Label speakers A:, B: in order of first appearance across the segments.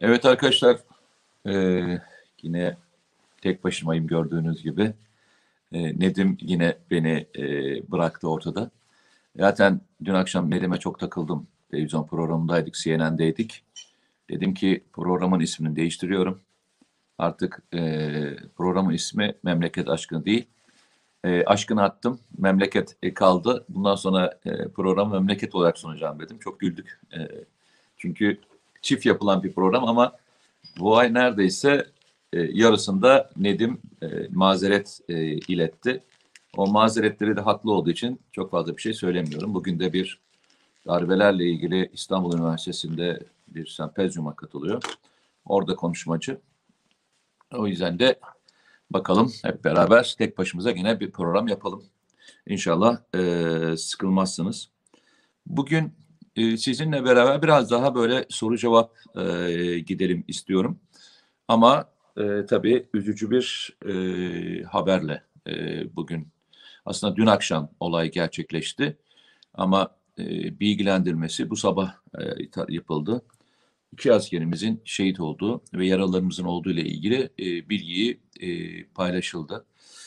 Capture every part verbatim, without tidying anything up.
A: Evet arkadaşlar, eee, yine tek başımayım gördüğünüz gibi. Eee, Nedim yine beni eee, bıraktı ortada. Zaten dün akşam Nedim'e çok takıldım. Televizyon programındaydık, C N N'deydik. Dedim ki programın ismini değiştiriyorum. Artık eee, programın ismi Memleket Aşkını değil. Eee aşkını attım, memleket e, kaldı. Bundan sonra eee programı memleket olarak sunacağım dedim. Çok güldük. Eee, çünkü çift yapılan bir program ama bu ay neredeyse e, yarısında Nedim e, mazeret e, iletti. O mazeretleri de haklı olduğu için çok fazla bir şey söylemiyorum. Bugün de bir darbelerle ilgili İstanbul Üniversitesi'nde bir sempozyuma katılıyor. Orada konuşmacı. O yüzden de bakalım hep beraber tek başımıza yine bir program yapalım. İnşallah e, sıkılmazsınız. Bugün e, sizinle beraber biraz daha böyle soru cevap e, gidelim istiyorum. Ama e, tabii üzücü bir e, haberle e, bugün, aslında dün akşam olay gerçekleşti. Ama e, bilgilendirmesi bu sabah e, yapıldı. İki askerimizin şehit olduğu ve yaralarımızın olduğu ile ilgili e, bilgiyi e, paylaşıldı.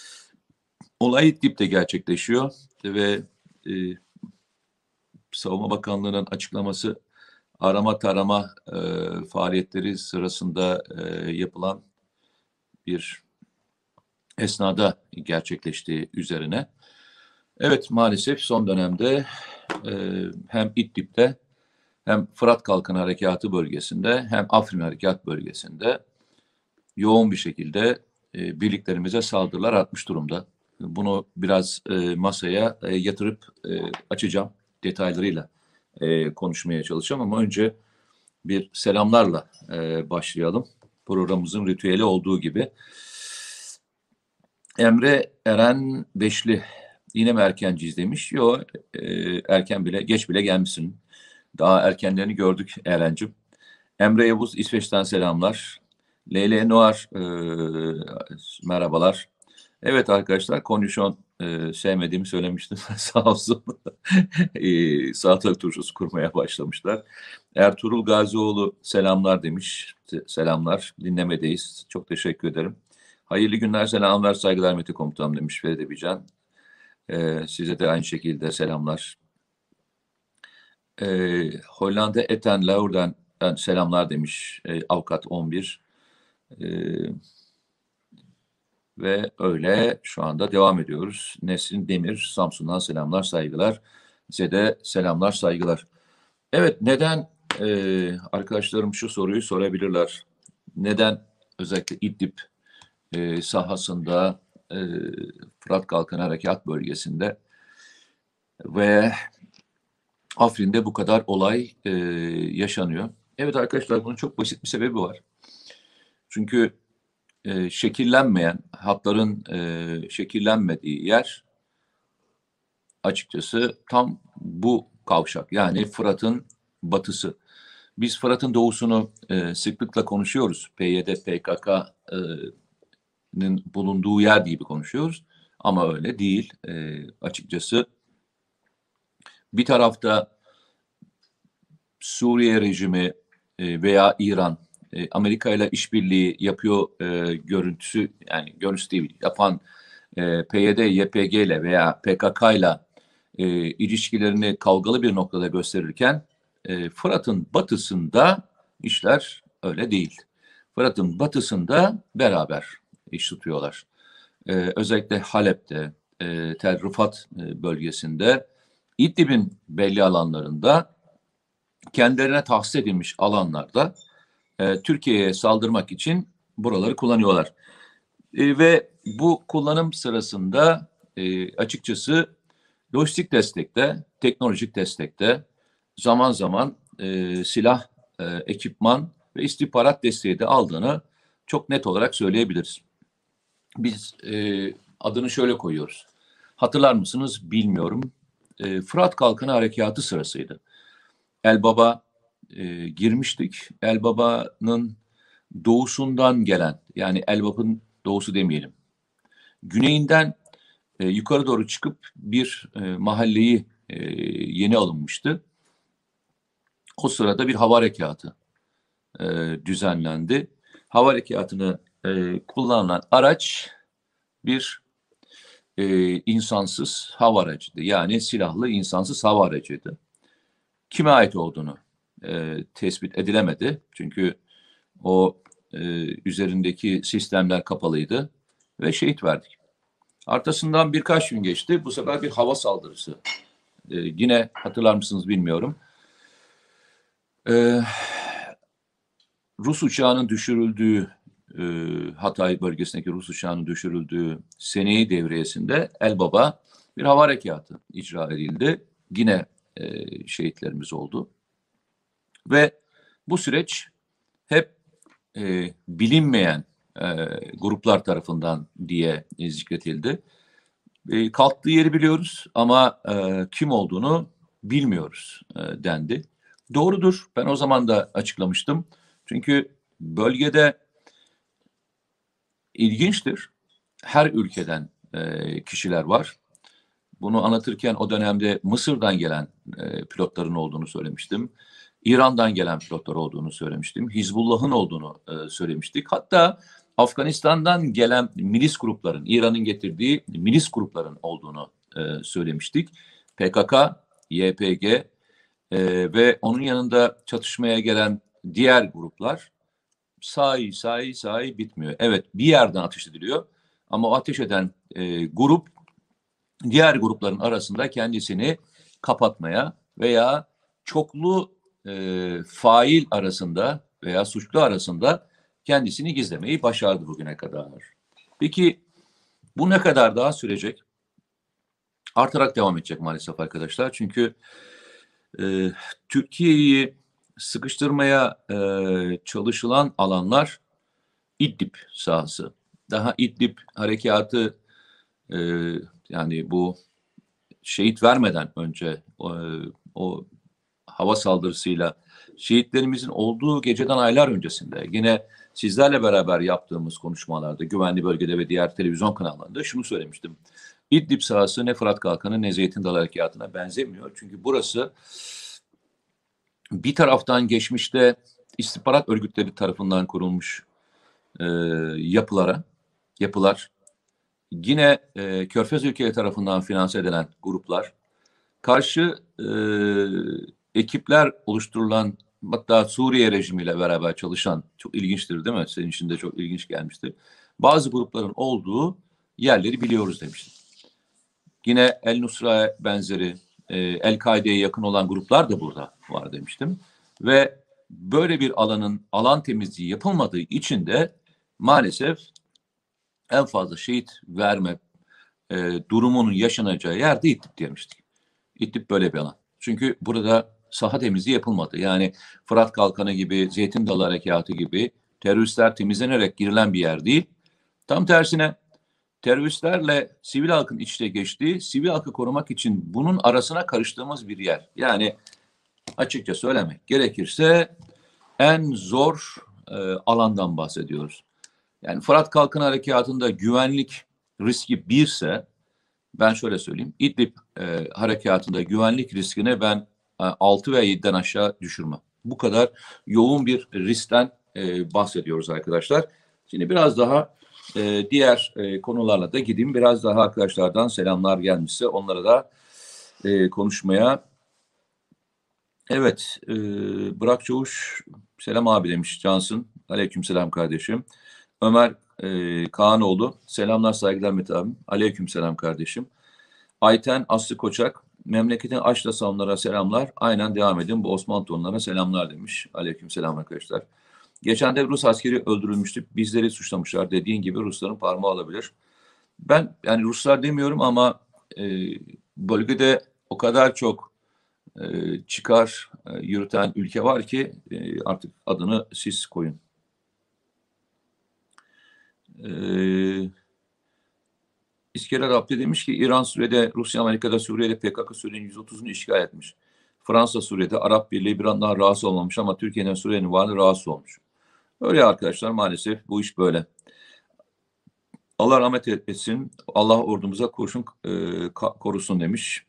A: Olay İdlib'de gerçekleşiyor ve e, Savunma Bakanlığı'nın açıklaması arama tarama e, faaliyetleri sırasında e, yapılan bir esnada gerçekleştiği üzerine. Evet, maalesef son dönemde e, hem İdlib'de hem Fırat Kalkın Harekatı bölgesinde hem Afrin Harekat bölgesinde yoğun bir şekilde e, birliklerimize saldırılar artmış durumda. Bunu biraz e, masaya e, yatırıp e, açacağım, detaylarıyla e, konuşmaya çalışacağım ama önce bir selamlarla e, başlayalım. Programımızın ritüeli olduğu gibi. Emre Eren Beşli, yine mi erkenciyiz demiş. Yok, e, erken bile, geç bile gelmişsin. Daha erkenlerini gördük Eren'cim. Emre Yavuz İsveç'ten selamlar. Leyle Noir e, merhabalar. Evet arkadaşlar, konuşon e, sevmediğimi söylemiştim. Sağ olsun. e, salatalık turşusu kurmaya başlamışlar. Ertuğrul Gazioğlu selamlar demiş. Selamlar. Dinlemedeyiz. Çok teşekkür ederim. Hayırlı günler, selamlar, saygılar Mete Komutanım demiş Feride Bican. Ee, size de aynı şekilde selamlar. Ee, Hollanda Eten Laur'dan selamlar demiş e, Avukat on bir. Ee, ve öyle şu anda devam ediyoruz. Nesrin Demir Samsun'dan selamlar, saygılar. Size de selamlar, saygılar. Evet, neden e, arkadaşlarım şu soruyu sorabilirler. Neden özellikle İdlib e, sahasında, e, Fırat Kalkın Harekat bölgesinde ve Afrin'de bu kadar olay e, yaşanıyor? Evet arkadaşlar, bunun çok basit bir sebebi var. Çünkü e, şekillenmeyen, hatların e, şekillenmediği yer açıkçası tam bu kavşak. Yani Fırat'ın batısı. Biz Fırat'ın doğusunu e, sıklıkla konuşuyoruz. P Y D, P K K'nın bulunduğu yer gibi konuşuyoruz. Ama öyle değil. E, açıkçası bir tarafta Suriye rejimi e, veya İran e, Amerika ile işbirliği yapıyor e, görüntüsü, yani görüntüsü değil, yapan e, P Y D, Y P G ile veya P K K ile e, ilişkilerini kavgalı bir noktada gösterirken e, Fırat'ın batısında işler öyle değil. Fırat'ın batısında beraber iş tutuyorlar. E, özellikle Halep'te, e, Tel Rifat e, bölgesinde, İdlib'in belli alanlarında, kendilerine tahsis edilmiş alanlarda e, Türkiye'ye saldırmak için buraları kullanıyorlar. E, ve bu kullanım sırasında e, açıkçası lojistik destekte, teknolojik destekte, zaman zaman e, silah, e, ekipman ve istihbarat desteği de aldığını çok net olarak söyleyebiliriz. Biz e, adını şöyle koyuyoruz. Hatırlar mısınız bilmiyorum. E, Fırat Kalkını Harekatı sırasıydı. Elbaba e, girmiştik. Elbaba'nın doğusundan gelen, yani Elbap'ın doğusu demeyelim, güneyinden e, yukarı doğru çıkıp bir e, mahalleyi e, yeni alınmıştı. O sırada bir hava harekatı e, düzenlendi. Hava harekatını e, kullanılan araç bir e, insansız hava aracıydı. Yani silahlı insansız hava aracıydı. Kime ait olduğunu e, tespit edilemedi. Çünkü o e, üzerindeki sistemler kapalıydı ve şehit verdik. Arkasından birkaç gün geçti. Bu sefer bir hava saldırısı. E, yine hatırlar mısınız bilmiyorum. E, Rus uçağının düşürüldüğü, e, Hatay bölgesindeki Rus uçağının düşürüldüğü seneyi devriyesinde Elbaba bir hava harekatı icra edildi. Yine e, şehitlerimiz oldu. Ve bu süreç hep e, bilinmeyen e, gruplar tarafından diye zikretildi. E, kalktığı yeri biliyoruz ama e, kim olduğunu bilmiyoruz e, dendi. Doğrudur. Ben o zaman da açıklamıştım. Çünkü bölgede ilginçtir. Her ülkeden e, kişiler var. Bunu anlatırken o dönemde Mısır'dan gelen e, pilotların olduğunu söylemiştim. İran'dan gelen pilotlar olduğunu söylemiştim. Hizbullah'ın olduğunu e, söylemiştik. Hatta Afganistan'dan gelen milis grupların, İran'ın getirdiği milis grupların olduğunu e, söylemiştik. P K K, Y P G e, ve onun yanında çatışmaya gelen diğer gruplar sahi sahi sahi bitmiyor. Evet, bir yerden ateş ediliyor ama o ateş eden e, grup diğer grupların arasında kendisini kapatmaya veya çoklu e, fail arasında veya suçlu arasında kendisini gizlemeyi başardı bugüne kadar. Peki bu ne kadar daha sürecek? Artarak devam edecek maalesef arkadaşlar. Çünkü e, Türkiye'yi sıkıştırmaya e, çalışılan alanlar İdlib sahası. Daha İdlib harekatı e, yani bu şehit vermeden önce o, o hava saldırısıyla şehitlerimizin olduğu geceden aylar öncesinde yine sizlerle beraber yaptığımız konuşmalarda güvenli bölgede ve diğer televizyon kanallarında şunu söylemiştim. İdlib sahası ne Fırat Kalkanı ne Zeytin Dalı Harekatı'na benzemiyor. Çünkü burası bir taraftan geçmişte istihbarat örgütleri tarafından kurulmuş e, yapılara, yapılar, yine e, Körfez ülkeleri tarafından finanse edilen gruplar, karşı e, ekipler oluşturulan, hatta Suriye rejimiyle beraber çalışan, çok ilginçtir değil mi? Senin için de çok ilginç gelmiştir. Bazı grupların olduğu yerleri biliyoruz demiştim. Yine El Nusra benzeri, e, El-Kaide'ye yakın olan gruplar da burada var demiştim. Ve böyle bir alanın alan temizliği yapılmadığı için de maalesef en fazla şehit verme e, durumunun yaşanacağı yerde İdlib demiştik. İdlib böyle bir alan. Çünkü burada saha temizliği yapılmadı. Yani Fırat Kalkanı gibi, Zeytin Dalı Harekatı gibi teröristler temizlenerek girilen bir yer değil. Tam tersine teröristlerle sivil halkın iç içe geçtiği, sivil halkı korumak için bunun arasına karıştığımız bir yer. Yani açıkça söylemek gerekirse en zor e, alandan bahsediyoruz. Yani Fırat Kalkın Harekatı'nda güvenlik riski birse, ben şöyle söyleyeyim, İdlib e, harekatında güvenlik riskine ben e, altı veya yediden aşağı düşürmem. Bu kadar yoğun bir riskten e, bahsediyoruz arkadaşlar. Şimdi biraz daha e, diğer e, konularla da gideyim. Biraz daha arkadaşlardan selamlar gelmişse onlara da e, konuşmaya. Evet, e, Burak Çavuş, selam abi demiş Cansın. Aleyküm selam kardeşim. Ömer e, Kaanoğlu, selamlar saygılar Mete abim. Aleyküm selam kardeşim. Ayten Aslı Koçak, memleketin Aşla savunlara selamlar. Aynen devam edin. Bu Osmanlı tonlara selamlar demiş. Aleyküm selam arkadaşlar. Geçen de Rus askeri öldürülmüştü. Bizleri suçlamışlar. Dediğin gibi Rusların parmağı olabilir. Ben yani Ruslar demiyorum ama e, bölgede o kadar çok e, çıkar e, yürüten ülke var ki e, artık adını siz koyun. Eee İskender Abdi demiş ki İran Suriye'de, Rusya Amerika'da Suriye'de P K K Suriye'nin yüz otuzunu işgal etmiş. Fransa Suriye'de, Arap Birliği bir andan rahatsız olmamış ama Türkiye'den Suriye'nin varlığı rahatsız olmuş. Öyle arkadaşlar, maalesef bu iş böyle. Allah rahmet etsin, Allah ordumuza kurşun e, korusun demiş.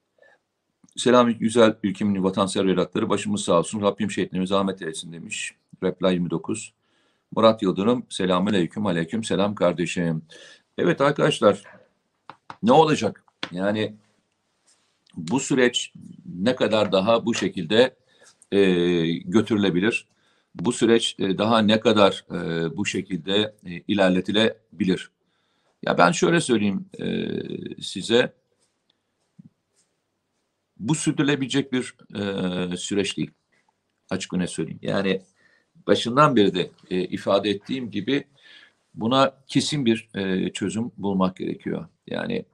A: Selam güzel ülkemin vatansever evlatları, başımız sağ olsun, Rabbim şehitlerimize rahmet eylesin demiş. Reply yirmi dokuz. Murat Yıldırım, selamünaleyküm, aleyküm selam kardeşim. Evet arkadaşlar, ne olacak? Yani bu süreç ne kadar daha bu şekilde e, götürülebilir? Bu süreç e, daha ne kadar e, bu şekilde e, ilerletilebilir? Ya ben şöyle söyleyeyim e, size, bu sürdürülebilecek bir e, süreç değil. Açık ne söyleyeyim. Yani başından beri de e, ifade ettiğim gibi buna kesin bir e, çözüm bulmak gerekiyor. Yani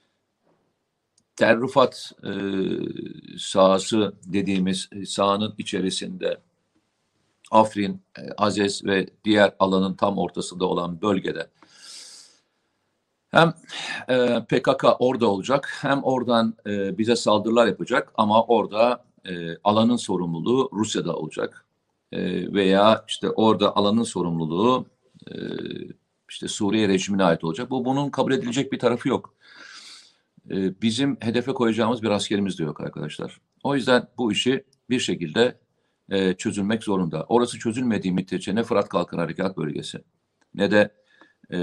A: Terrifat e, sahası dediğimiz sahanın içerisinde Afrin, e, Azez ve diğer alanın tam ortasında olan bölgede hem e, P K K orada olacak, hem oradan e, bize saldırılar yapacak ama orada e, alanın sorumluluğu Rusya'da olacak. E, veya işte orada alanın sorumluluğu e, işte Suriye rejimine ait olacak. Bu bunun kabul edilecek bir tarafı yok. E, bizim hedefe koyacağımız bir askerimiz de yok arkadaşlar. O yüzden bu işi bir şekilde e, çözülmek zorunda. Orası çözülmediği müddetçe ne Fırat Kalkın Harekat Bölgesi ne de e,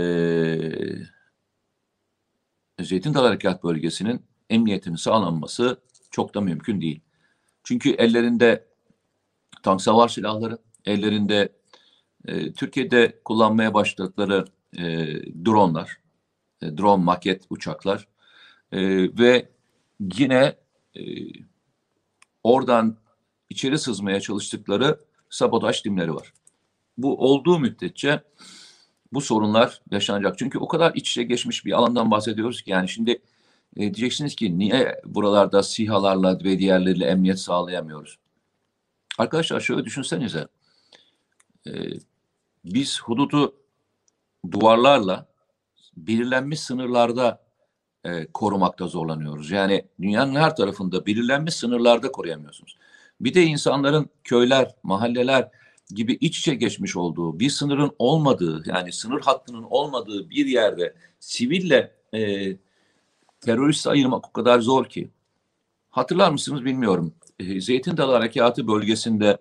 A: Zeytin Dalı Harekat Bölgesi'nin emniyetinin sağlanması çok da mümkün değil. Çünkü ellerinde tank savar silahları, ellerinde e, Türkiye'de kullanmaya başladıkları e, dronlar, e, drone maket uçaklar e, ve yine e, oradan içeri sızmaya çalıştıkları sabotaj timleri var. Bu olduğu müddetçe bu sorunlar yaşanacak. Çünkü o kadar iç içe geçmiş bir alandan bahsediyoruz ki yani şimdi e, diyeceksiniz ki niye buralarda SİHA'larla ve diğerleriyle emniyet sağlayamıyoruz? Arkadaşlar şöyle düşünsenize. E, biz hududu duvarlarla belirlenmiş sınırlarda e, korumakta zorlanıyoruz. Yani dünyanın her tarafında belirlenmiş sınırlarda koruyamıyorsunuz. Bir de insanların köyler, mahalleler gibi iç içe geçmiş olduğu, bir sınırın olmadığı, yani sınır hattının olmadığı bir yerde siville e, teröristi ayırmak o kadar zor ki. Hatırlar mısınız bilmiyorum. E, Zeytin Dalı Harekatı bölgesinde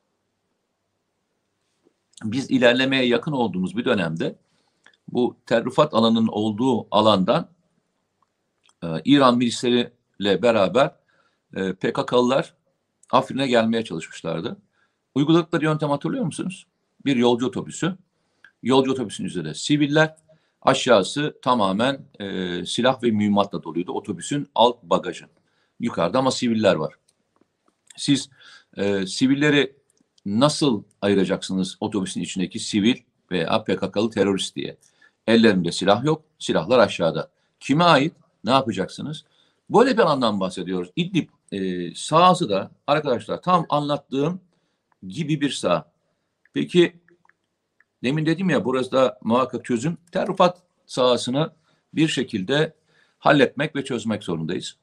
A: biz ilerlemeye yakın olduğumuz bir dönemde bu terrifat alanının olduğu alandan e, İran milisleriyle beraber e, P K K'lılar Afrin'e gelmeye çalışmışlardı. Uyguladıkları yöntem hatırlıyor musunuz? Bir yolcu otobüsü. Yolcu otobüsünün üzerinde siviller, aşağısı tamamen e, silah ve mühimmatla doluydu. Otobüsün alt bagajı. Yukarıda ama siviller var. Siz e, sivilleri nasıl ayıracaksınız otobüsün içindeki sivil veya P K K'lı terörist diye? Ellerinde silah yok, silahlar aşağıda. Kime ait? Ne yapacaksınız? Böyle bir anlamdan bahsediyoruz. İdlib e, sahası da arkadaşlar tam anlattığım gibi bir saha. Peki demin dedim ya burası da muhakkak çözüm. Terrifat sahasını bir şekilde halletmek ve çözmek zorundayız.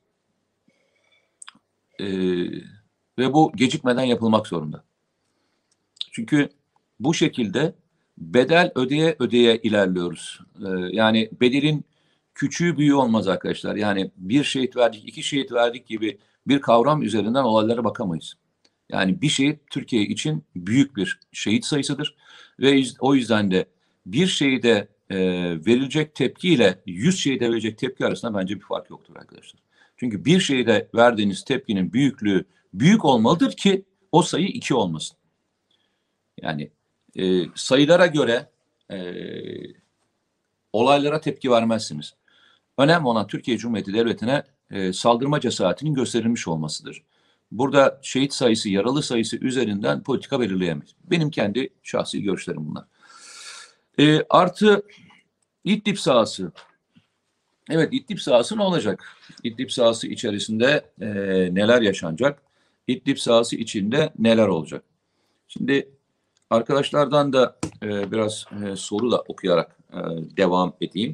A: Ee, ve bu gecikmeden yapılmak zorunda. Çünkü bu şekilde bedel ödeye ödeye ilerliyoruz. Ee, yani bedelin küçüğü büyüğü olmaz arkadaşlar. Yani bir şehit verdik, iki şehit verdik gibi bir kavram üzerinden olaylara bakamayız. Yani bir şehit Türkiye için büyük bir şehit sayısıdır. Ve o yüzden de bir şehide e, verilecek tepkiyle yüz şehide verilecek tepki arasında bence bir fark yoktur arkadaşlar. Çünkü bir şehide verdiğiniz tepkinin büyüklüğü büyük olmalıdır ki o sayı iki olmasın. Yani e, sayılara göre e, olaylara tepki vermezsiniz. Önemli olan Türkiye Cumhuriyeti Devleti'ne e, saldırma cesaretinin gösterilmiş olmasıdır. Burada şehit sayısı, yaralı sayısı üzerinden politika belirleyemeyiz. Benim kendi şahsi görüşlerim bunlar. E, artı İdlib sahası. Evet, İdlib sahası ne olacak? İdlib sahası içerisinde e, neler yaşanacak? İdlib sahası içinde neler olacak? Şimdi arkadaşlardan da e, biraz e, soru da okuyarak e, devam edeyim.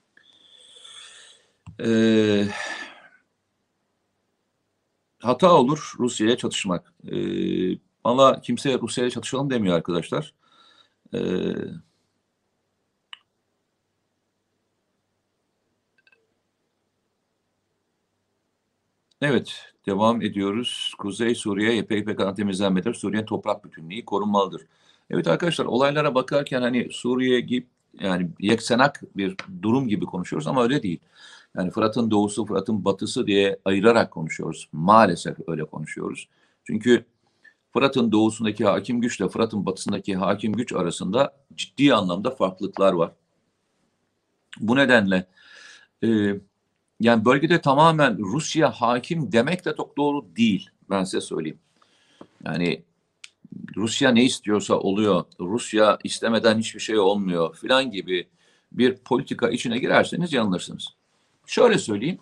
A: E, hata olur Rusya'ya çatışmak. E, Valla kimse Rusya'ya çatışalım demiyor arkadaşlar. E, evet, devam ediyoruz. Kuzey Suriye Y P G P'den temizlenmedir. Suriye'nin toprak bütünlüğü korunmalıdır. Evet arkadaşlar, olaylara bakarken hani Suriye gibi yani yeksenak bir durum gibi konuşuyoruz ama öyle değil. Yani Fırat'ın doğusu, Fırat'ın batısı diye ayırarak konuşuyoruz. Maalesef öyle konuşuyoruz. Çünkü Fırat'ın doğusundaki hakim güçle Fırat'ın batısındaki hakim güç arasında ciddi anlamda farklılıklar var. Bu nedenle e, yani bölgede tamamen Rusya hakim demek de çok doğru değil. Ben size söyleyeyim. Yani Rusya ne istiyorsa oluyor, Rusya istemeden hiçbir şey olmuyor filan gibi bir politika içine girerseniz yanılırsınız. Şöyle söyleyeyim,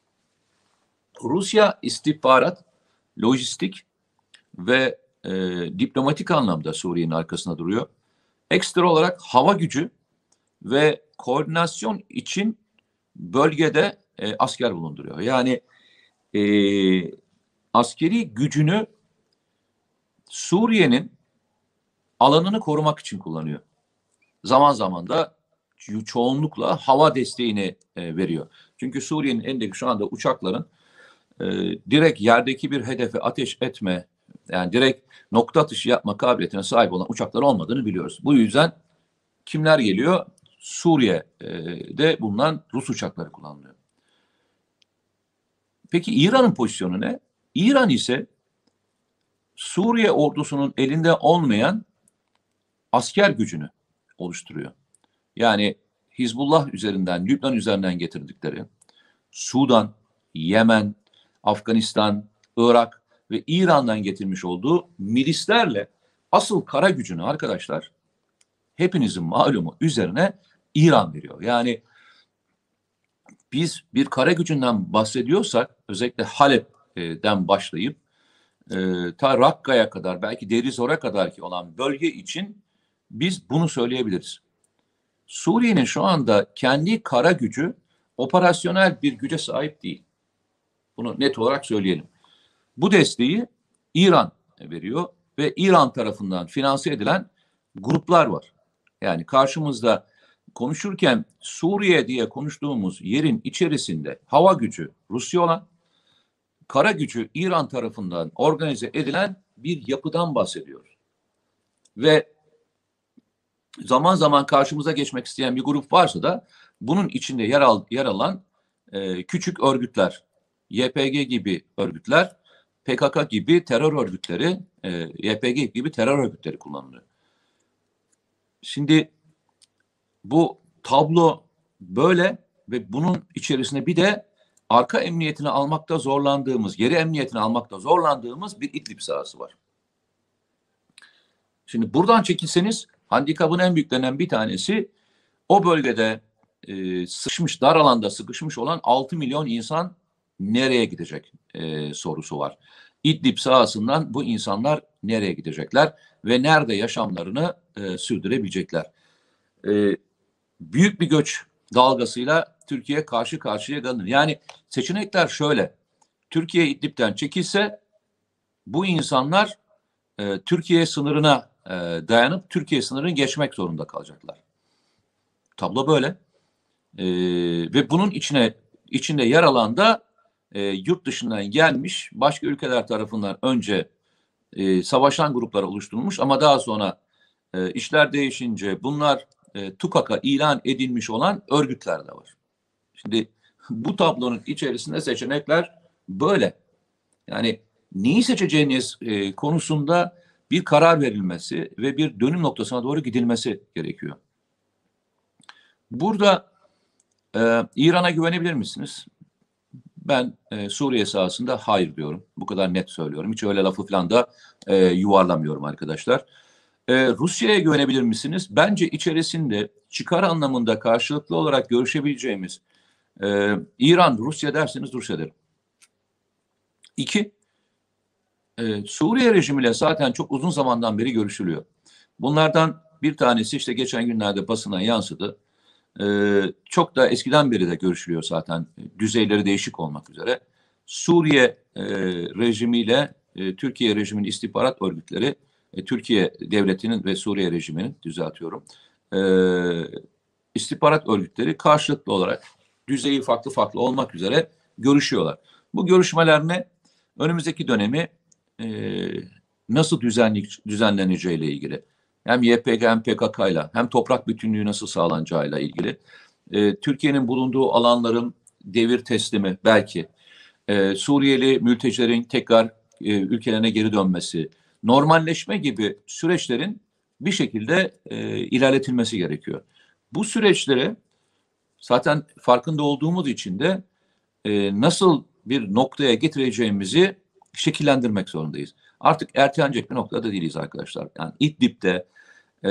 A: Rusya istihbarat, lojistik ve e, diplomatik anlamda Suriye'nin arkasında duruyor. Ekstra olarak hava gücü ve koordinasyon için bölgede e, asker bulunduruyor. Yani e, askeri gücünü Suriye'nin alanını korumak için kullanıyor. Zaman zaman da çoğunlukla hava desteğini e, veriyor. Çünkü Suriye'nin elindeki şu anda uçakların e, direkt yerdeki bir hedefe ateş etme, yani direkt nokta atışı yapma kabiliyetine sahip olan uçaklar olmadığını biliyoruz. Bu yüzden kimler geliyor? Suriye'de bulunan Rus uçakları kullanılıyor. Peki İran'ın pozisyonu ne? İran ise Suriye ordusunun elinde olmayan asker gücünü oluşturuyor. Yani Hizbullah üzerinden, Lübnan üzerinden getirdikleri Sudan, Yemen, Afganistan, Irak ve İran'dan getirmiş olduğu milislerle asıl kara gücünü arkadaşlar hepinizin malumu üzerine İran veriyor. Yani biz bir kara gücünden bahsediyorsak özellikle Halep'ten başlayıp e, ta Rakka'ya kadar belki Derizor'a kadar ki olan bölge için biz bunu söyleyebiliriz. Suriye'nin şu anda kendi kara gücü operasyonel bir güce sahip değil. Bunu net olarak söyleyelim. Bu desteği İran veriyor ve İran tarafından finanse edilen gruplar var. Yani karşımızda konuşurken Suriye diye konuştuğumuz yerin içerisinde hava gücü Rusya olan, kara gücü İran tarafından organize edilen bir yapıdan bahsediyoruz. Ve zaman zaman karşımıza geçmek isteyen bir grup varsa da bunun içinde yer, al, yer alan e, küçük örgütler, Y P G gibi örgütler, P K K gibi terör örgütleri, e, Y P G gibi terör örgütleri kullanılıyor. Şimdi bu tablo böyle ve bunun içerisinde bir de arka emniyetini almakta zorlandığımız, geri emniyetini almakta zorlandığımız bir İdlib sahası var. Şimdi buradan çekilseniz handikapın en büyüklerinden bir tanesi o bölgede e, sıkışmış, dar alanda sıkışmış olan altı milyon insan nereye gidecek e, sorusu var. İdlib sahasından bu insanlar nereye gidecekler ve nerede yaşamlarını e, sürdürebilecekler? E, büyük bir göç dalgasıyla Türkiye karşı karşıya kalır. Yani seçenekler şöyle. Türkiye İdlib'den çekilse bu insanlar e, Türkiye sınırına e, dayanıp Türkiye sınırını geçmek zorunda kalacaklar. Tablo böyle. E, ve bunun içine içinde yer alan da e, yurt dışından gelmiş başka ülkeler tarafından önce e, savaşan gruplar oluşturulmuş ama daha sonra e, işler değişince bunlar e, TUKAK'a ilan edilmiş olan örgütler de var. Şimdi bu tablonun içerisinde seçenekler böyle. Yani neyi seçeceğiniz e, konusunda bir karar verilmesi ve bir dönüm noktasına doğru gidilmesi gerekiyor. Burada e, İran'a güvenebilir misiniz? Ben e, Suriye sahasında hayır diyorum. Bu kadar net söylüyorum. Hiç öyle lafı falan da e, yuvarlamıyorum arkadaşlar. E, Rusya'ya güvenebilir misiniz? Bence içerisinde çıkar anlamında karşılıklı olarak görüşebileceğimiz e, İran, Rusya derseniz Rusya derim. İki, e, Suriye rejimiyle zaten çok uzun zamandan beri görüşülüyor. Bunlardan bir tanesi işte geçen günlerde basına yansıdı. Ee, çok da eskiden beri de görüşülüyor zaten, düzeyleri değişik olmak üzere. Suriye e, rejimiyle e, Türkiye rejiminin istihbarat örgütleri, e, Türkiye devletinin ve Suriye rejiminin, düzeltiyorum, e, istihbarat örgütleri karşılıklı olarak düzeyi farklı farklı olmak üzere görüşüyorlar. Bu görüşmeler ne? Önümüzdeki dönemi e, nasıl düzenli, düzenleneceğiyle ilgili. hem Y P G hem P K K'yla hem toprak bütünlüğü nasıl sağlanacağıyla ilgili. E, Türkiye'nin bulunduğu alanların devir teslimi belki, e, Suriyeli mültecilerin tekrar e, ülkelerine geri dönmesi, normalleşme gibi süreçlerin bir şekilde e, ilerletilmesi gerekiyor. Bu süreçlere zaten farkında olduğumuz için de e, nasıl bir noktaya getireceğimizi şekillendirmek zorundayız. Artık ertelenecek bir noktada değiliz arkadaşlar. Yani İdlib'de e,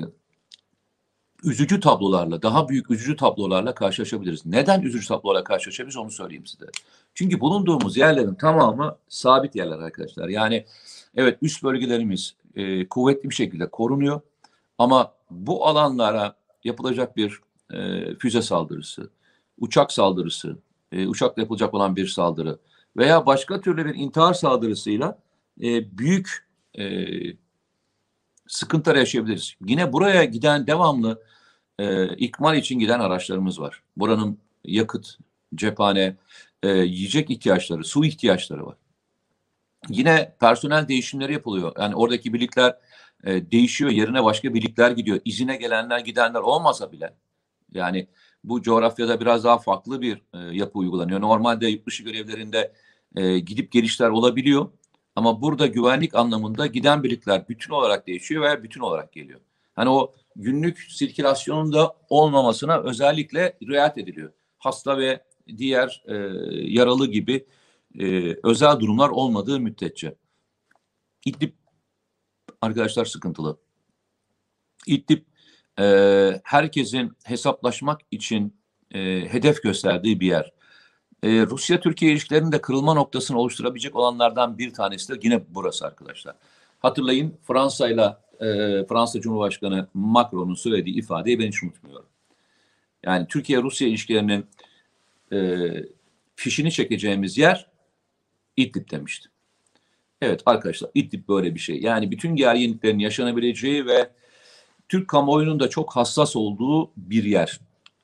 A: üzücü tablolarla, daha büyük üzücü tablolarla karşılaşabiliriz. Neden üzücü tablolarla karşılaşabiliriz onu söyleyeyim size. Çünkü bulunduğumuz yerlerin tamamı sabit yerler arkadaşlar. Yani evet, üst bölgelerimiz e, kuvvetli bir şekilde korunuyor. Ama bu alanlara yapılacak bir e, füze saldırısı, uçak saldırısı, e, uçakla yapılacak olan bir saldırı veya başka türlü bir intihar saldırısıyla e, büyük e, sıkıntılar yaşayabiliriz. Yine buraya giden devamlı e, ikmal için giden araçlarımız var. Buranın yakıt, cephane, e, yiyecek ihtiyaçları, su ihtiyaçları var. Yine personel değişimleri yapılıyor. Yani oradaki birlikler e, değişiyor, yerine başka birlikler gidiyor. İzine gelenler, gidenler olmasa bile. Yani bu coğrafyada biraz daha farklı bir e, yapı uygulanıyor. Normalde yurt dışı görevlerinde e, gidip gelişler olabiliyor. Ama burada güvenlik anlamında giden birlikler bütün olarak değişiyor veya bütün olarak geliyor. Hani o günlük sirkülasyonun da olmamasına özellikle riayet ediliyor. Hasta ve diğer e, yaralı gibi e, özel durumlar olmadığı müddetçe. İdlib arkadaşlar sıkıntılı. İdlib e, herkesin hesaplaşmak için e, hedef gösterdiği bir yer. E, Rusya-Türkiye ilişkilerinin de kırılma noktasını oluşturabilecek olanlardan bir tanesi de yine burası arkadaşlar. Hatırlayın, Fransa'yla e, Fransa Cumhurbaşkanı Macron'un söylediği ifadeyi ben hiç unutmuyorum. Yani Türkiye-Rusya ilişkilerinin e, fişini çekeceğimiz yer İdlib demişti. Evet arkadaşlar, İdlib böyle bir şey. Yani bütün gerginliklerin yaşanabileceği ve Türk kamuoyunun da çok hassas olduğu bir yer.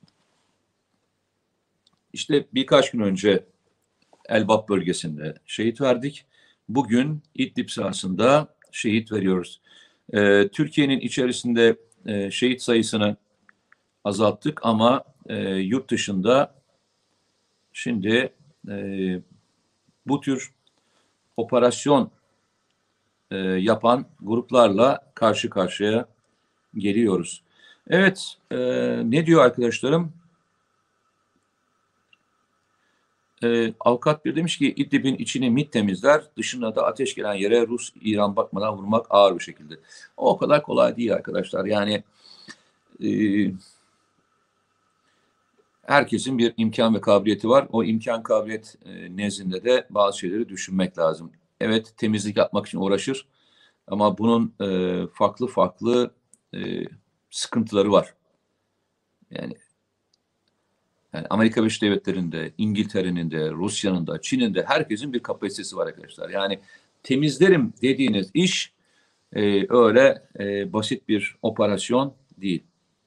A: İşte birkaç gün önce Elbap bölgesinde şehit verdik. Bugün İdlib sahasında şehit veriyoruz. Ee, Türkiye'nin içerisinde e, şehit sayısını azalttık ama e, yurt dışında şimdi e, bu tür operasyon e, yapan gruplarla karşı karşıya geliyoruz. Evet, e, ne diyor arkadaşlarım? E, avukat bir demiş ki İdlib'in içini MİT temizler, dışına da ateş gelen yere Rus, İran bakmadan vurmak ağır bir şekilde. O kadar kolay değil arkadaşlar. Yani e, herkesin bir imkan ve kabiliyeti var. O imkan kabiliyet e, nezdinde de bazı şeyleri düşünmek lazım. Evet, temizlik yapmak için uğraşır ama bunun e, farklı farklı e, sıkıntıları var. Yani Yani Amerika Birleşik Devletleri'nde, İngiltere'nin de, Rusya'nın da, Çin'in de herkesin bir kapasitesi var arkadaşlar. Yani temizlerim dediğiniz iş e, öyle e, basit bir operasyon değil.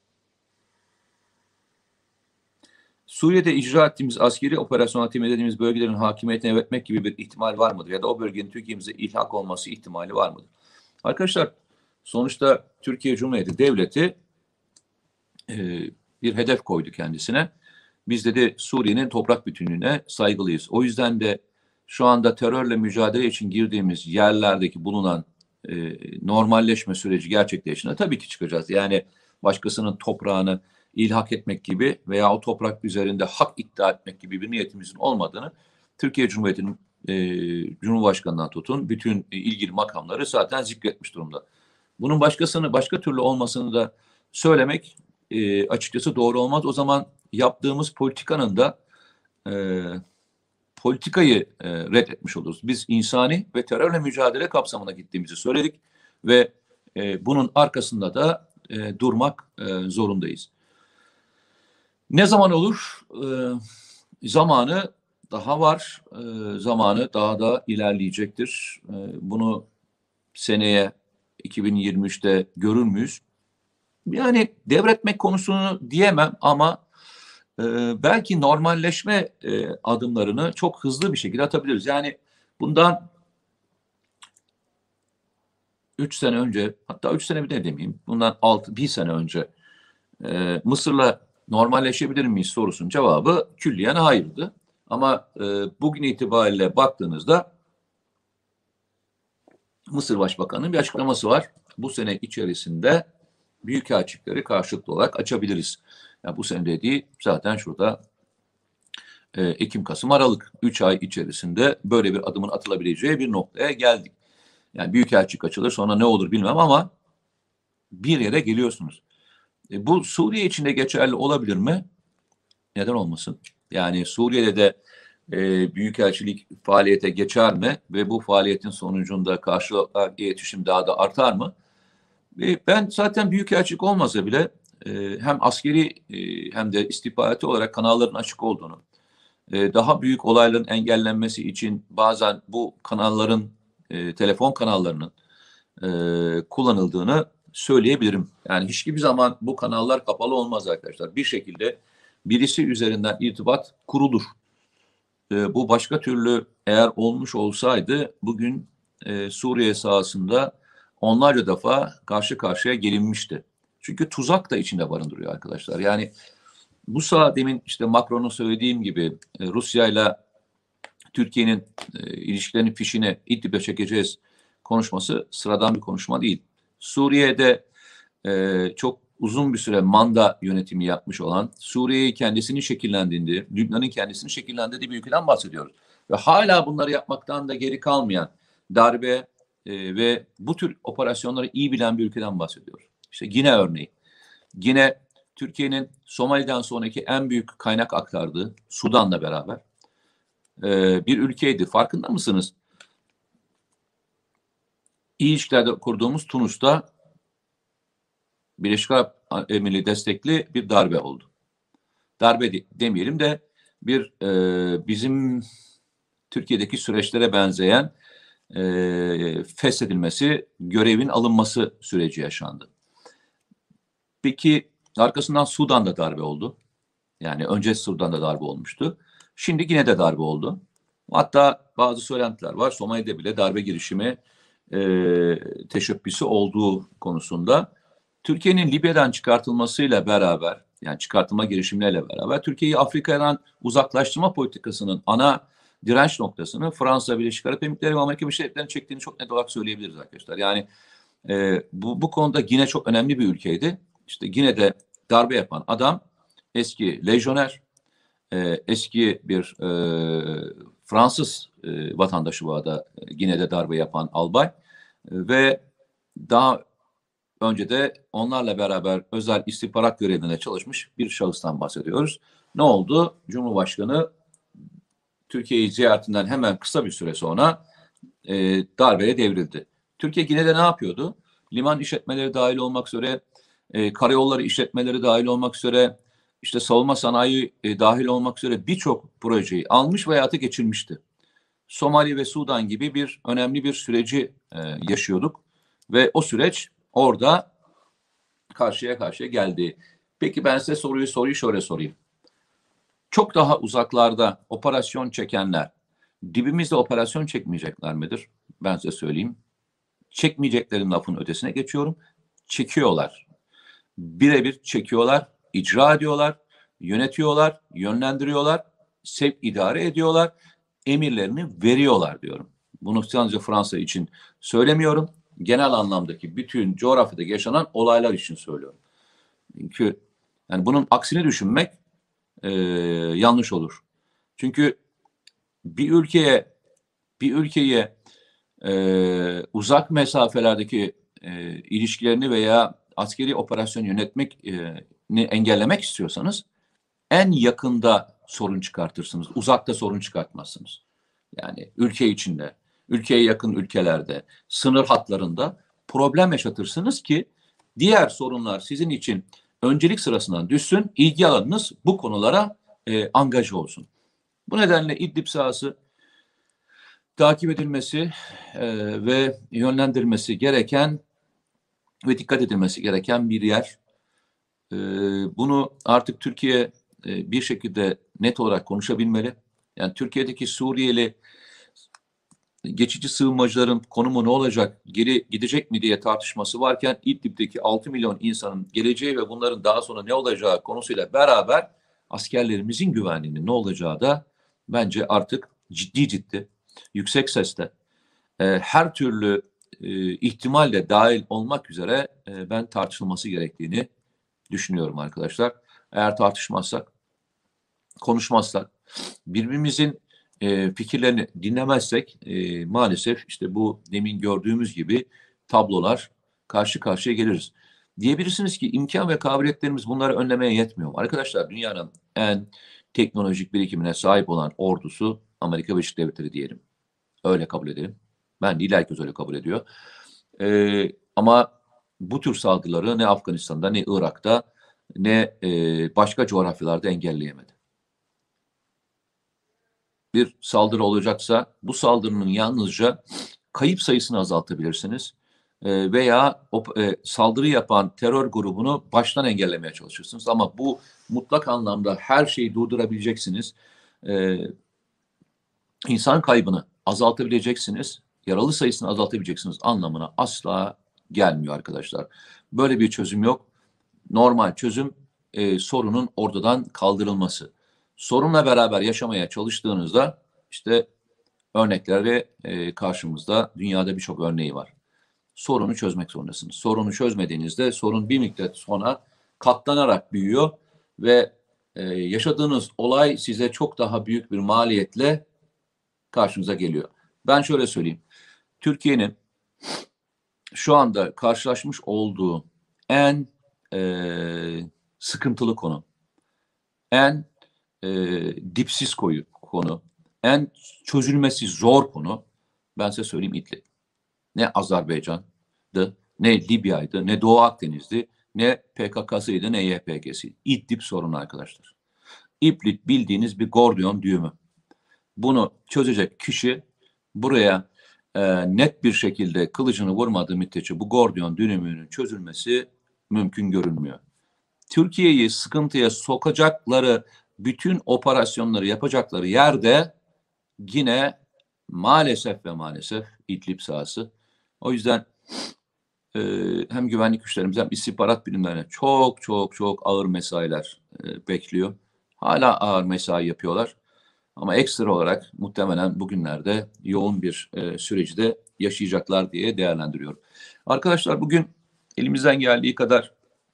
A: Suriye'de icra ettiğimiz askeri operasyona temin ettiğimiz bölgelerin hakimiyetine etmek gibi bir ihtimal var mıdır? Ya da o bölgenin Türkiye'mize ilhak olması ihtimali var mıdır? Arkadaşlar sonuçta Türkiye Cumhuriyeti Devleti e, bir hedef koydu kendisine. Biz dedi Suriye'nin toprak bütünlüğüne saygılıyız. O yüzden de şu anda terörle mücadele için girdiğimiz yerlerdeki bulunan e, normalleşme süreci gerçekleştiğinde tabii ki çıkacağız. Yani başkasının toprağını ilhak etmek gibi veya o toprak üzerinde hak iddia etmek gibi bir niyetimizin olmadığını Türkiye Cumhuriyeti'nin e, Cumhurbaşkanı'ndan tutun bütün e, ilgili makamları zaten zikretmiş durumda. Bunun başkasını başka türlü olmasını da söylemek e, açıkçası doğru olmaz. O zaman yaptığımız politikanın da e, politikayı e, reddetmiş oluruz. Biz insani ve terörle mücadele kapsamına gittiğimizi söyledik ve e, bunun arkasında da e, durmak e, zorundayız. Ne zaman olur? E, zamanı daha var. E, zamanı daha da ilerleyecektir. E, bunu seneye iki bin yirmi üçte görür müyüz? Yani devretmek konusunu diyemem ama e, belki normalleşme e, adımlarını çok hızlı bir şekilde atabiliriz. Yani bundan üç sene önce, hatta üç sene bir de demeyeyim, bundan altı bir sene önce e, Mısır'la normalleşebilir miyiz sorusunun cevabı külliyen hayırdı. Ama e, bugün itibariyle baktığınızda Mısır Başbakanı'nın bir açıklaması var. Bu sene içerisinde büyükelçilikleri karşılıklı olarak açabiliriz. Yani bu sene dediği zaten şurada e, Ekim, Kasım, Aralık üç ay içerisinde böyle bir adımın atılabileceği bir noktaya geldik. Yani büyükelçilik açılır, sonra ne olur bilmem ama bir yere geliyorsunuz. E, bu Suriye için de geçerli olabilir mi? Neden olmasın? Yani Suriye'de de e, büyükelçilik faaliyete geçer mi? Ve bu faaliyetin sonucunda karşılıklı iletişim daha da artar mı? E, ben zaten büyükelçilik olmasa bile e, hem askeri e, hem de istihbarati olarak kanalların açık olduğunu, e, daha büyük olayların engellenmesi için bazen bu kanalların, e, telefon kanallarının e, kullanıldığını söyleyebilirim. Yani hiçbir zaman bu kanallar kapalı olmaz arkadaşlar. Bir şekilde birisi üzerinden irtibat kurulur. E, bu başka türlü eğer olmuş olsaydı bugün e, Suriye sahasında onlarca defa karşı karşıya gelinmişti. Çünkü tuzak da içinde barındırıyor arkadaşlar. Yani bu saha demin işte Macron'un söylediğim gibi e, Rusya ile Türkiye'nin e, ilişkilerini fişine İdlib'e çekeceğiz konuşması sıradan bir konuşma değil. Suriye'de e, çok uzun bir süre manda yönetimi yapmış olan, Suriye'yi kendisini şekillendirdiği, Lübnan'ın kendisini şekillendirdiği bir ülkeden bahsediyoruz. Ve hala bunları yapmaktan da geri kalmayan darbe e, ve bu tür operasyonları iyi bilen bir ülkeden bahsediyoruz. İşte Gine örneği. Gine Türkiye'nin Somali'den sonraki en büyük kaynak aktardığı Sudan'la beraber e, bir ülkeydi. Farkında mısınız? İyi ilişkilerde kurduğumuz Tunus'ta Birleşik Arap Emirliği destekli bir darbe oldu. Darbe de, demeyelim de bir e, bizim Türkiye'deki süreçlere benzeyen e, feshedilmesi, görevin alınması süreci yaşandı. Peki arkasından Sudan'da darbe oldu. Yani önce Sudan'da darbe olmuştu. Şimdi yine de darbe oldu. Hatta bazı söylentiler var. Somali'de bile darbe girişimi e, teşebbüsü olduğu konusunda. Türkiye'nin Libya'dan çıkartılmasıyla beraber, yani çıkartılma girişimleriyle beraber Türkiye'yi Afrika'dan uzaklaştırma politikasının ana direnç noktasını Fransa, Birleşik Arap Emirlikleri ve Amerika Birleşik Devletleri'nin çektiğini çok net olarak söyleyebiliriz arkadaşlar. Yani e, bu, bu konuda Gine çok önemli bir ülkeydi. İşte Gine'de darbe yapan adam eski lejyoner, e, eski bir e, Fransız e, vatandaşı bu arada Gine'de darbe yapan albay e, ve daha önce de onlarla beraber özel istihbarat görevinde çalışmış bir şahıstan bahsediyoruz. Ne oldu? Cumhurbaşkanı Türkiye'yi ziyaretinden hemen kısa bir süre sonra e, darbeye devrildi. Türkiye Gine'de ne yapıyordu? Liman işletmeleri dahil olmak üzere, e, karayolları işletmeleri dahil olmak üzere, işte savunma sanayi e, dahil olmak üzere birçok projeyi almış ve hayata geçirmişti. Somali ve Sudan gibi bir önemli bir süreci e, yaşıyorduk ve o süreç orada karşıya karşıya geldi. Peki ben size soruyu soruyu şöyle sorayım. Çok daha uzaklarda operasyon çekenler dibimizde operasyon çekmeyecekler midir? Ben size söyleyeyim. Çekmeyeceklerin lafın ötesine geçiyorum. Çekiyorlar. Birebir çekiyorlar, icra ediyorlar, yönetiyorlar, yönlendiriyorlar, sevk idare ediyorlar, emirlerini veriyorlar diyorum. Bunu sadece Fransa için söylemiyorum. Genel anlamdaki bütün coğrafyada yaşanan olaylar için söylüyorum. Çünkü yani bunun aksini düşünmek e, yanlış olur. Çünkü bir ülkeye bir ülkeye e, uzak mesafelerdeki e, ilişkilerini veya askeri operasyon yönetmekni engellemek istiyorsanız en yakında sorun çıkartırsınız. Uzakta sorun çıkartmazsınız. Yani ülke içinde, ülkeye yakın ülkelerde, sınır hatlarında problem yaşatırsınız ki diğer sorunlar sizin için öncelik sırasından düşsün, ilgi alanınız bu konulara e, angaja olsun. Bu nedenle İdlib sahası takip edilmesi e, ve yönlendirilmesi gereken ve dikkat edilmesi gereken bir yer. E, bunu artık Türkiye e, bir şekilde net olarak konuşabilmeli. Yani Türkiye'deki Suriyeli geçici sığınmacıların konumu ne olacak, geri gidecek mi diye tartışması varken İdlib'deki altı milyon insanın geleceği ve bunların daha sonra ne olacağı konusuyla beraber askerlerimizin güvenliğinin ne olacağı da bence artık ciddi ciddi, yüksek sesle, e, her türlü e, ihtimalle dahil olmak üzere e, ben tartışılması gerektiğini düşünüyorum arkadaşlar. Eğer tartışmazsak, konuşmazsak, birbirimizin e, fikirlerini dinlemezsek e, maalesef işte bu demin gördüğümüz gibi tablolar karşı karşıya geliriz. Diyebilirsiniz ki imkan ve kabiliyetlerimiz bunları önlemeye yetmiyor. Arkadaşlar dünyanın en teknolojik birikimine sahip olan ordusu Amerika Birleşik Devletleri diyelim. Öyle kabul edelim. Ben değil, herkes öyle kabul ediyor. E, ama bu tür saldırıları ne Afganistan'da ne Irak'ta ne e, başka coğrafyalarda engelleyemedi. Bir saldırı olacaksa bu saldırının yalnızca kayıp sayısını azaltabilirsiniz. E, veya o e, saldırı yapan terör grubunu baştan engellemeye çalışırsınız. Ama bu mutlak anlamda her şeyi durdurabileceksiniz. E, insan kaybını azaltabileceksiniz. Yaralı sayısını azaltabileceksiniz anlamına asla gelmiyor arkadaşlar. Böyle bir çözüm yok. Normal çözüm e, sorunun ortadan kaldırılması. Sorunla beraber yaşamaya çalıştığınızda işte örnekleri e, karşımızda, dünyada birçok örneği var. Sorunu çözmek zorundasınız. Sorunu çözmediğinizde sorun bir müddet sonra katlanarak büyüyor ve e, yaşadığınız olay size çok daha büyük bir maliyetle karşınıza geliyor. Ben şöyle söyleyeyim. Türkiye'nin şu anda karşılaşmış olduğu en e, sıkıntılı konu, en e, dipsiz koyu konu, en çözülmesi zor konu, ben size söyleyeyim, İdlib. Ne Azerbaycan'dı, ne Libya'ydı, ne Doğu Akdeniz'di, ne P K K'sıydı, ne Y P G'siydi. İdlib sorunu arkadaşlar. İdlib bildiğiniz bir Gordiyon düğümü. Bunu çözecek kişi buraya e, net bir şekilde kılıcını vurmadığı müddetçe bu Gordiyon düğümünün çözülmesi mümkün görünmüyor. Türkiye'yi sıkıntıya sokacakları bütün operasyonları yapacakları yerde yine maalesef ve maalesef İdlib sahası. O yüzden e, hem güvenlik güçlerimiz hem istihbarat birimlerine çok çok çok ağır mesailer e, bekliyor. Hala ağır mesai yapıyorlar. Ama ekstra olarak muhtemelen bugünlerde yoğun bir e, süreci de yaşayacaklar diye değerlendiriyorum. Arkadaşlar bugün elimizden geldiği kadar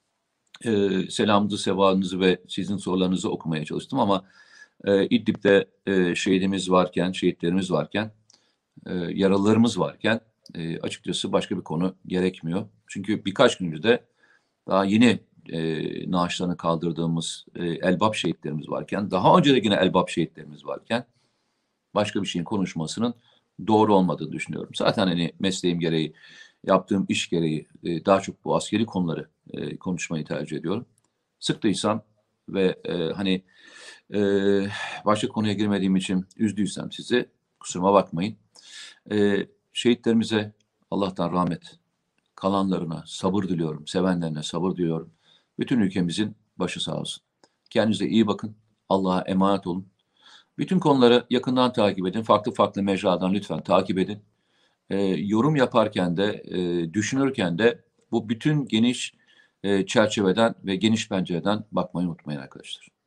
A: e, selamınızı, sevanızı ve sizin sorularınızı okumaya çalıştım ama e, İdlib'de e, şehidimiz varken, şehitlerimiz varken, e, yaralılarımız varken e, açıkçası başka bir konu gerekmiyor. Çünkü birkaç gündür de daha yeni e, naaşlarını kaldırdığımız e, Elbap şehitlerimiz varken, daha önce de yine Elbap şehitlerimiz varken başka bir şeyin konuşmasının doğru olmadığını düşünüyorum. Zaten hani mesleğim gereği, yaptığım iş gereği e, daha çok bu askeri konuları e, konuşmayı tercih ediyorum. Sıktıysam ve e, hani e, başka konuya girmediğim için üzdüysem sizi kusuruma bakmayın. E, şehitlerimize Allah'tan rahmet, kalanlarına sabır diliyorum, sevenlerine sabır diliyorum. Bütün ülkemizin başı sağ olsun. Kendinize iyi bakın, Allah'a emanet olun. Bütün konuları yakından takip edin. Farklı farklı mecradan lütfen takip edin. E, yorum yaparken de, e, düşünürken de bu bütün geniş e, çerçeveden ve geniş pencereden bakmayı unutmayın arkadaşlar.